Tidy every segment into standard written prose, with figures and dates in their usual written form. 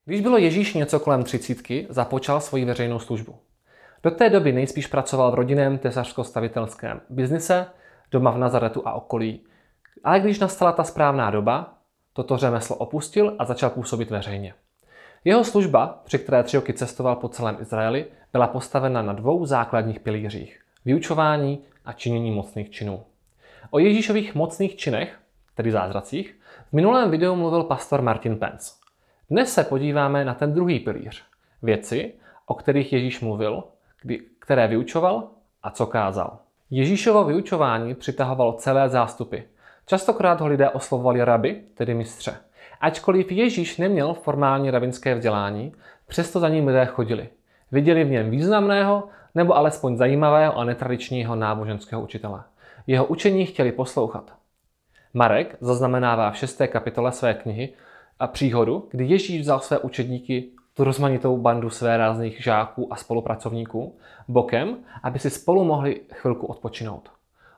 Když bylo Ježíš něco kolem 30, započal svoji veřejnou službu. Do té doby nejspíš pracoval v rodinném tesařsko-stavitelském biznise, doma v Nazaretu a okolí. Ale když nastala ta správná doba, toto řemeslo opustil a začal působit veřejně. Jeho služba, při které 3 roky cestoval po celém Izraeli, byla postavena na 2 základních pilířích: vyučování a činění mocných činů. O Ježíšových mocných činech, tedy zázracích, v minulém videu mluvil pastor Martin Pence. Dnes se podíváme na ten druhý pilíř. Věci, o kterých Ježíš mluvil, které vyučoval a co kázal. Ježíšovo vyučování přitahovalo celé zástupy. Častokrát ho lidé oslovovali rabi, tedy mistře. Ačkoliv Ježíš neměl formální rabinské vzdělání, přesto za ním lidé chodili. Viděli v něm významného nebo alespoň zajímavého a netradičního náboženského učitele. Jeho učení chtěli poslouchat. Marek zaznamenává v 6. kapitole své knihy a příhodu, kdy Ježíš vzal své učedníky, tu rozmanitou bandu své rázných žáků a spolupracovníků, bokem, aby si spolu mohli chvilku odpočinout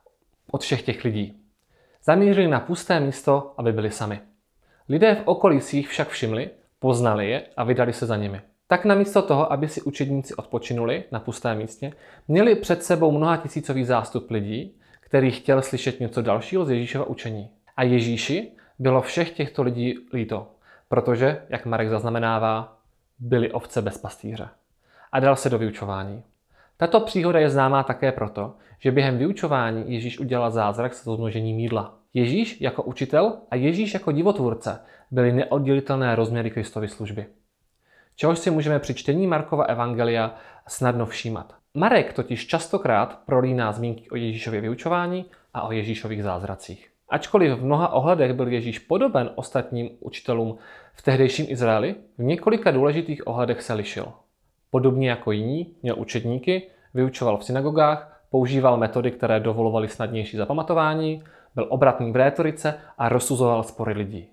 od všech těch lidí. Zamířili na pusté místo, aby byli sami. Lidé v okolí si jich však všimli, poznali je a vydali se za nimi. Tak namísto toho, aby si učedníci odpočinuli na pustém místě, měli před sebou mnohatisícový zástup lidí, který chtěl slyšet něco dalšího z Ježíšova učení. A Ježíši bylo všech těchto lidí líto, protože, jak Marek zaznamenává, byli ovce bez pastýře. A dal se do vyučování. Tato příhoda je známá také proto, že během vyučování Ježíš udělal zázrak se rozmnožením jídla. Ježíš jako učitel a Ježíš jako divotvůrce byly neoddělitelné rozměry Kristovy služby. Čehož si můžeme při čtení Markova evangelia snadno všímat. Marek totiž častokrát prolíná zmínky o Ježíšově vyučování a o Ježíšových zázracích. Ačkoliv v mnoha ohledech byl Ježíš podoben ostatním učitelům v tehdejším Izraeli, v několika důležitých ohledech se lišil. Podobně jako jiní měl učedníky, vyučoval v synagogách, používal metody, které dovolovaly snadnější zapamatování, byl obratný v rétorice a rozsuzoval spory lidí.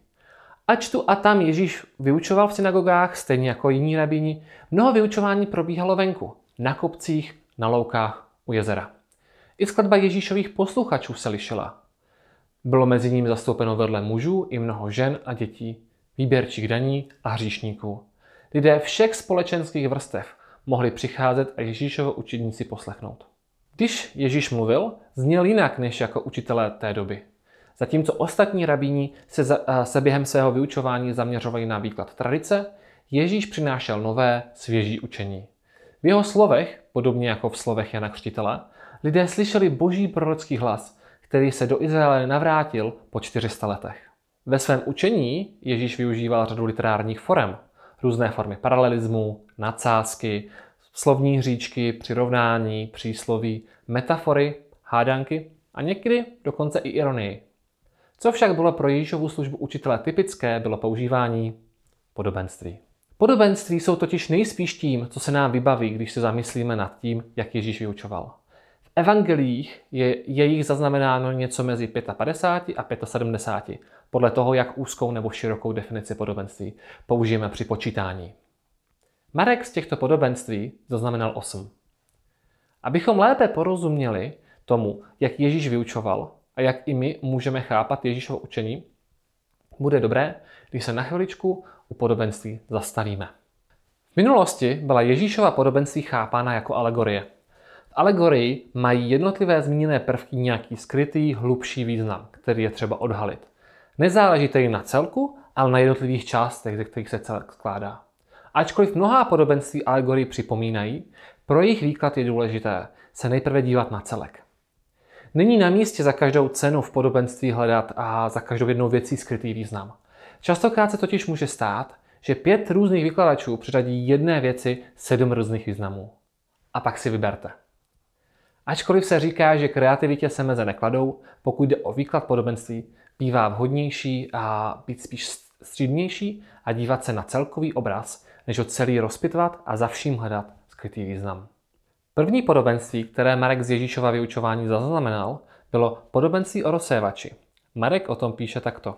Ač tu a tam Ježíš vyučoval v synagogách, stejně jako jiní rabíni, mnoho vyučování probíhalo venku, na kopcích, na loukách, u jezera. I skladba Ježíšových posluchačů se lišila. Bylo mezi nimi zastoupeno vedle mužů i mnoho žen a dětí, výběrčích daní a hříšníků. Lidé všech společenských vrstev mohli přicházet a Ježíšovo učedníci poslechnout. Když Ježíš mluvil, zněl jinak než jako učitelé té doby. Zatímco ostatní rabíni se během svého vyučování zaměřovali na výklad tradice, Ježíš přinášel nové, svěží učení. V jeho slovech, podobně jako v slovech Jana Křtitele, lidé slyšeli boží prorocký hlas, který se do Izraele navrátil po 400 letech. Ve svém učení Ježíš využíval řadu literárních forem, různé formy paralelismu, nadsázky, slovní hříčky, přirovnání, přísloví, metafory, hádanky a někdy dokonce i ironii. Co však bylo pro Ježíšovu službu učitele typické, bylo používání podobenství. Podobenství jsou totiž nejspíš tím, co se nám vybaví, když se zamyslíme nad tím, jak Ježíš vyučoval. V evangeliích je jich zaznamenáno něco mezi 55 a 75, podle toho, jak úzkou nebo širokou definici podobenství použijeme při počítání. Marek z těchto podobenství zaznamenal 8. Abychom lépe porozuměli tomu, jak Ježíš vyučoval a jak i my můžeme chápat Ježíšovo učení, bude dobré, když se na chviličku u podobenství zastavíme. V minulosti byla Ježíšova podobenství chápána jako alegorie. V alegorii mají jednotlivé zmíněné prvky nějaký skrytý, hlubší význam, který je třeba odhalit. Nezáleží tedy na celku, ale na jednotlivých částech, ze kterých se celek skládá. Ačkoliv mnohá podobenství alegorii připomínají, pro jejich výklad je důležité se nejprve dívat na celek. Není na místě za každou cenu v podobenství hledat a za každou jednou věcí skrytý význam. Častokrát se totiž může stát, že 5 různých vykladačů přiřadí jedné věci 7 různých významů. A pak si vyberte. Ačkoliv se říká, že kreativitě se meze nekladou, pokud jde o výklad podobenství, bývá vhodnější a být spíš střídnější a dívat se na celkový obraz, než ho celý rozpitvat a za vším hledat skrytý význam. První podobenství, které Marek z Ježíšova vyučování zaznamenal, bylo podobenství o rozsévači. Marek o tom píše takto.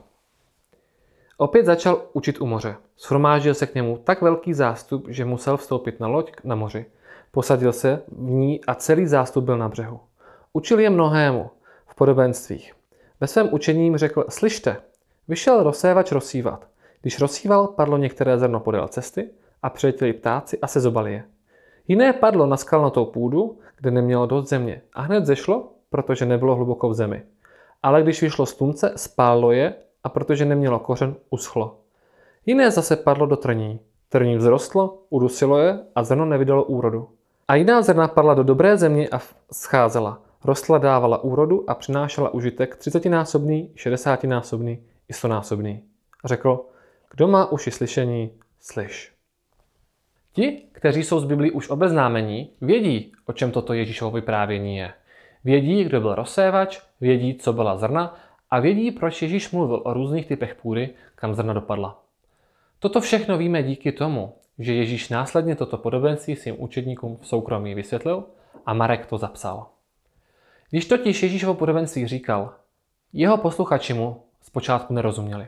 Opět začal učit u moře. Shromáždil se k němu tak velký zástup, že musel vstoupit na loď na moři. Posadil se v ní a celý zástup byl na břehu. Učil je mnohému v podobenstvích. Ve svém učení jim řekl, slyšte, vyšel rozsévač rozsívat. Když rozsíval, padlo některé zrno podél cesty a přiletěli ptáci a sezobali je. Jiné padlo na skalnatou půdu, kde nemělo dost země a hned zešlo, protože nebylo hluboko v zemi. Ale když vyšlo slunce, spálilo je a protože nemělo kořen, uschlo. Jiné zase padlo do trní. Trní vzrostlo, udusilo je a zrno nevydalo úrodu. A jiná zrna padla do dobré země a scházela. Rostla, dávala úrodu a přinášela užitek 30násobný, 60násobný i 100násobný. A řekl, kdo má uši slyšení, slyš. Ti, kteří jsou z Biblí už obeznámení, vědí, o čem toto Ježíšovo vyprávění je. Vědí, kdo byl rozsévač, vědí, co byla zrna a vědí, proč Ježíš mluvil o různých typech půdy, kam zrna dopadla. Toto všechno víme díky tomu, že Ježíš následně toto podobenství svým učedníkům v soukromí vysvětlil a Marek to zapsal. Když totiž Ježíšovo podobenství říkal, jeho posluchači mu zpočátku nerozuměli.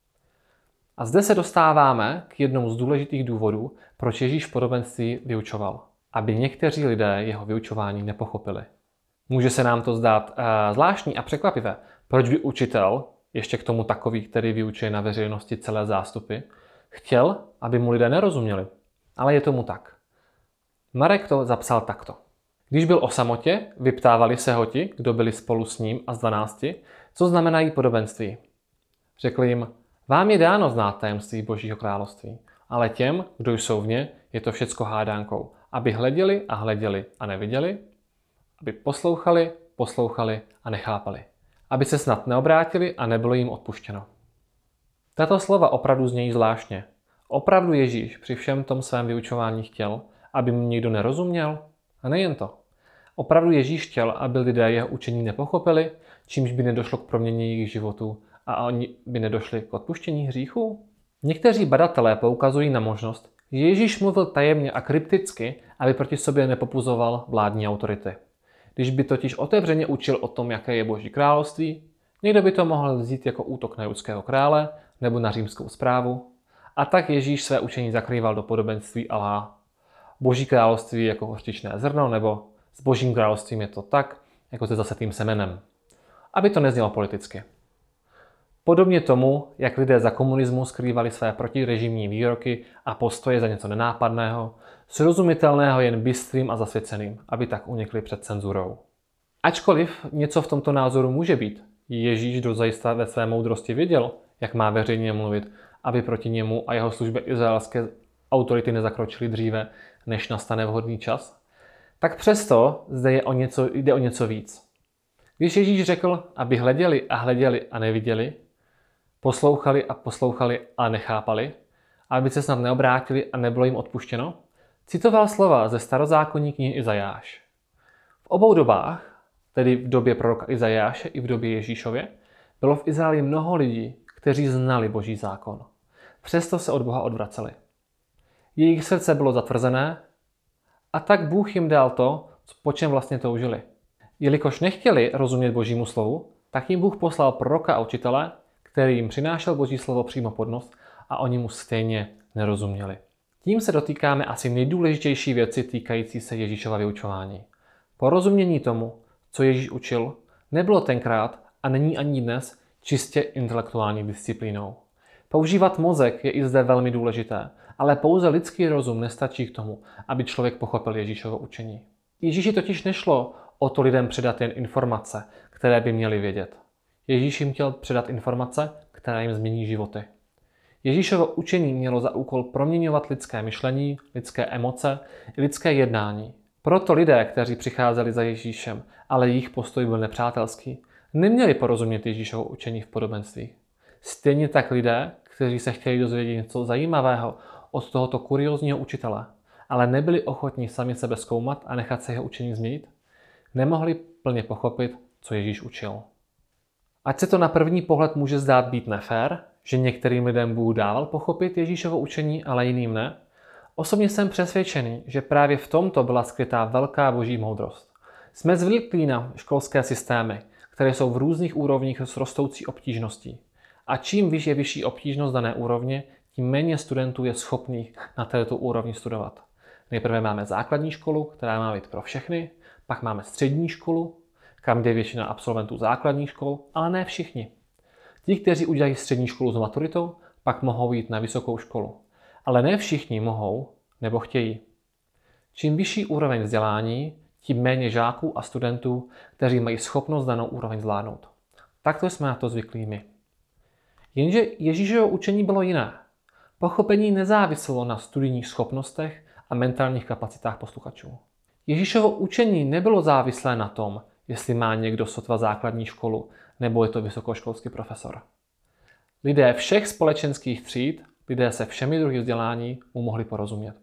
A zde se dostáváme k jednomu z důležitých důvodů, proč Ježíš podobenství vyučoval, aby někteří lidé jeho vyučování nepochopili. Může se nám to zdát zvláštní a překvapivé, proč by učitel, ještě k tomu takový, který vyučuje na veřejnosti celé zástupy, chtěl, aby mu lidé nerozuměli. Ale je tomu tak. Marek to zapsal takto. Když byl o samotě, vyptávali se ho ti, kdo byli spolu s ním a z 12, co znamenají podobenství. Řekli jim, vám je dáno znát tajemství Božího království, ale těm, kdo jsou v ně, je to všecko hádánkou, aby hleděli a hleděli a neviděli, aby poslouchali a nechápali, aby se snad neobrátili a nebylo jim odpuštěno. Tato slova opravdu znějí zvláštně. Opravdu Ježíš při všem tom svém vyučování chtěl, aby mu někdo nerozuměl? A nejen to. Opravdu Ježíš chtěl, aby lidé jeho učení nepochopili, čímž by nedošlo k proměně jejich životů a oni by nedošli k odpuštění hříchů? Někteří badatelé poukazují na možnost, že Ježíš mluvil tajemně a krypticky, aby proti sobě nepopuzoval vládní autority. Když by totiž otevřeně učil o tom, jaké je Boží království, někdo by to mohl vzít jako útok na judského krále nebo na římskou správu. A tak Ježíš své učení zakrýval do podobenství alá Boží království jako hořčičné zrno, nebo s Božím královstvím je to tak, jako se zasetým semenem. Aby to neznělo politicky. Podobně tomu, jak lidé za komunismu skrývali své protirežimní výroky a postoje za něco nenápadného, srozumitelného jen bystrým a zasvěceným, aby tak unikli před cenzurou. Ačkoliv něco v tomto názoru může být, Ježíš dozajista ve své moudrosti věděl, jak má veřejně mluvit, aby proti němu a jeho službě izraelské autority nezakročily dříve, než nastane vhodný čas, tak přesto zde jde o něco víc. Když Ježíš řekl, aby hleděli a neviděli, poslouchali a nechápali, aby se snad neobrátili a nebylo jim odpuštěno, citoval slova ze starozákonní knihy Izajáš. V obou dobách, tedy v době proroka Izajáše i v době Ježíšově, bylo v Izraeli mnoho lidí, kteří znali Boží zákon. Přesto se od Boha odvraceli. Jejich srdce bylo zatvrzené a tak Bůh jim dal to, po čem vlastně toužili. Jelikož nechtěli rozumět Božímu slovu, tak jim Bůh poslal proroka a učitele, který jim přinášel Boží slovo přímo pod nos a oni mu stejně nerozuměli. Tím se dotýkáme asi nejdůležitější věci týkající se Ježíšova vyučování. Porozumění tomu, co Ježíš učil, nebylo tenkrát a není ani dnes čistě intelektuální disciplínou. Používat mozek je i zde velmi důležité, ale pouze lidský rozum nestačí k tomu, aby člověk pochopil Ježíšovo učení. Ježíši totiž nešlo o to lidem předat jen informace, které by měli vědět. Ježíš jim chtěl předat informace, které jim změní životy. Ježíšovo učení mělo za úkol proměňovat lidské myšlení, lidské emoce i lidské jednání. Proto lidé, kteří přicházeli za Ježíšem, ale jejich postoj byl nepřátelský, neměli porozumět Ježíšovo učení v podobenství. Stejně tak lidé, kteří se chtěli dozvědět něco zajímavého od tohoto kuriózního učitele, ale nebyli ochotní sami sebe zkoumat a nechat se jeho učení změnit, nemohli plně pochopit, co Ježíš učil. Ať se to na první pohled může zdát být nefér, že některým lidem Bůh dával pochopit Ježíšovo učení, ale jiným ne, osobně jsem přesvědčený, že právě v tomto byla skrytá velká boží moudrost. Jsme zvyklí na školské systémy, které jsou v různých úrovních s rostoucí obtížností. A čím vyšší je vyšší obtížnost dané úrovně, tím méně studentů je schopných na této úrovni studovat. Nejprve máme základní školu, která má být pro všechny, pak máme střední školu, kam jde většina absolventů základních škol, ale ne všichni. Ti, kteří udělají střední školu s maturitou, pak mohou jít na vysokou školu. Ale ne všichni mohou nebo chtějí. Čím vyšší úroveň vzdělání, tím méně žáků a studentů, kteří mají schopnost danou úroveň zvládnout. Takto jsme na to zvyklí my. Jenže Ježíšovo učení bylo jiné. Pochopení nezáviselo na studijních schopnostech a mentálních kapacitách posluchačů. Ježíšovo učení nebylo závislé na tom, jestli má někdo sotva základní školu nebo je to vysokoškolský profesor. Lidé všech společenských tříd, lidé se všemi druhy vzdělání mu mohli porozumět.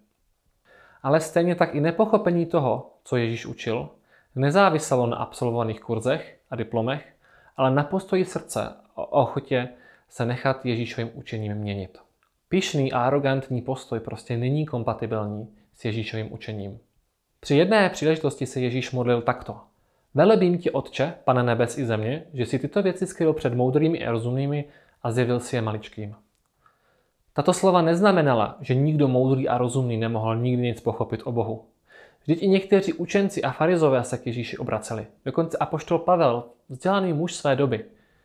Ale stejně tak i nepochopení toho, co Ježíš učil, nezáviselo na absolvovaných kurzech a diplomech, ale na postoji srdce a ochotě se nechat Ježíšovým učením měnit. Pyšný a arrogantní postoj prostě není kompatibilní s Ježíšovým učením. Při jedné příležitosti se Ježíš modlil takto. Velebím tě, Otče, Pane nebes i země, že si tyto věci skryl před moudrými a rozumnými a zjevil si je maličkým. Tato slova neznamenala, že nikdo moudrý a rozumný nemohl nikdy nic pochopit o Bohu. Vždyť i někteří učenci a farizové se k Ježíši obraceli. Dokonce apoštol Pavel, vzdělaný muž své doby,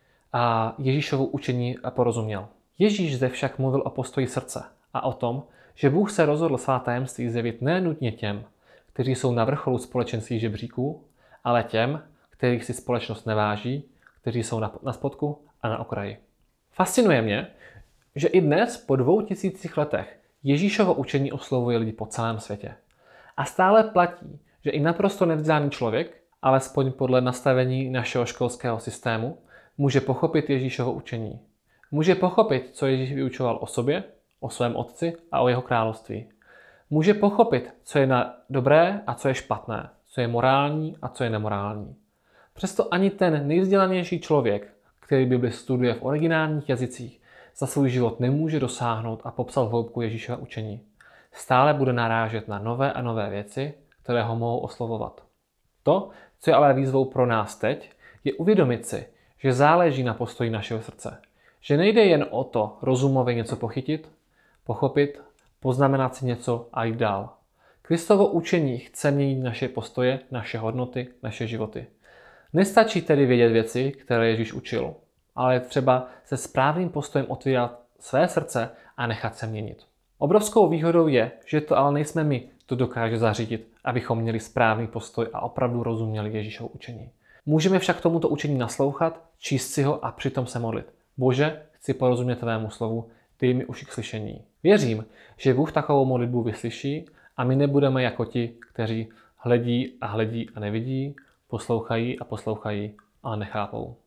a Ježíšovu učení porozuměl. Ježíš zde však mluvil o postoji srdce a o tom, že Bůh se rozhodl svá tajemství zjevit ne nutně těm, kteří jsou na vrcholu společenství žebříků, ale těm, kterých si společnost neváží, kteří jsou na spodku a na okraji. Fascinuje mě, že i dnes po 2000 letech Ježíšovo učení oslovuje lidi po celém světě. A stále platí, že i naprosto nevzdělaný člověk, alespoň podle nastavení našeho školského systému, může pochopit Ježíšovo učení. Může pochopit, co Ježíš vyučoval o sobě, o svém otci a o jeho království. Může pochopit, co je dobré a co je špatné, co je morální a co je nemorální. Přesto ani ten nejvzdělanější člověk, který Bibli studuje v originálních jazycích, za svůj život nemůže dosáhnout a popsat hloubku Ježíšova učení. Stále bude narážet na nové a nové věci, které ho mohou oslovovat. To, co je ale výzvou pro nás teď, je uvědomit si, že záleží na postoji našeho srdce. Že nejde jen o to rozumově něco pochytit, pochopit, poznamenat si něco a jít dál. Kristovo učení chce měnit naše postoje, naše hodnoty, naše životy. Nestačí tedy vědět věci, které Ježíš učil, ale třeba se správným postojem otvírat své srdce a nechat se měnit. Obrovskou výhodou je, že to ale nejsme my, kdo dokáže zařídit, abychom měli správný postoj a opravdu rozuměli Ježíšovu učení. Můžeme však tomuto učení naslouchat, číst si ho a přitom se modlit. Bože, chci porozumět tvému slovu, dej mi uši k slyšení. Věřím, že Bůh takovou modlitbu vyslyší a my nebudeme jako ti, kteří hledí a nevidí, poslouchají a poslouchají, ale nechápou.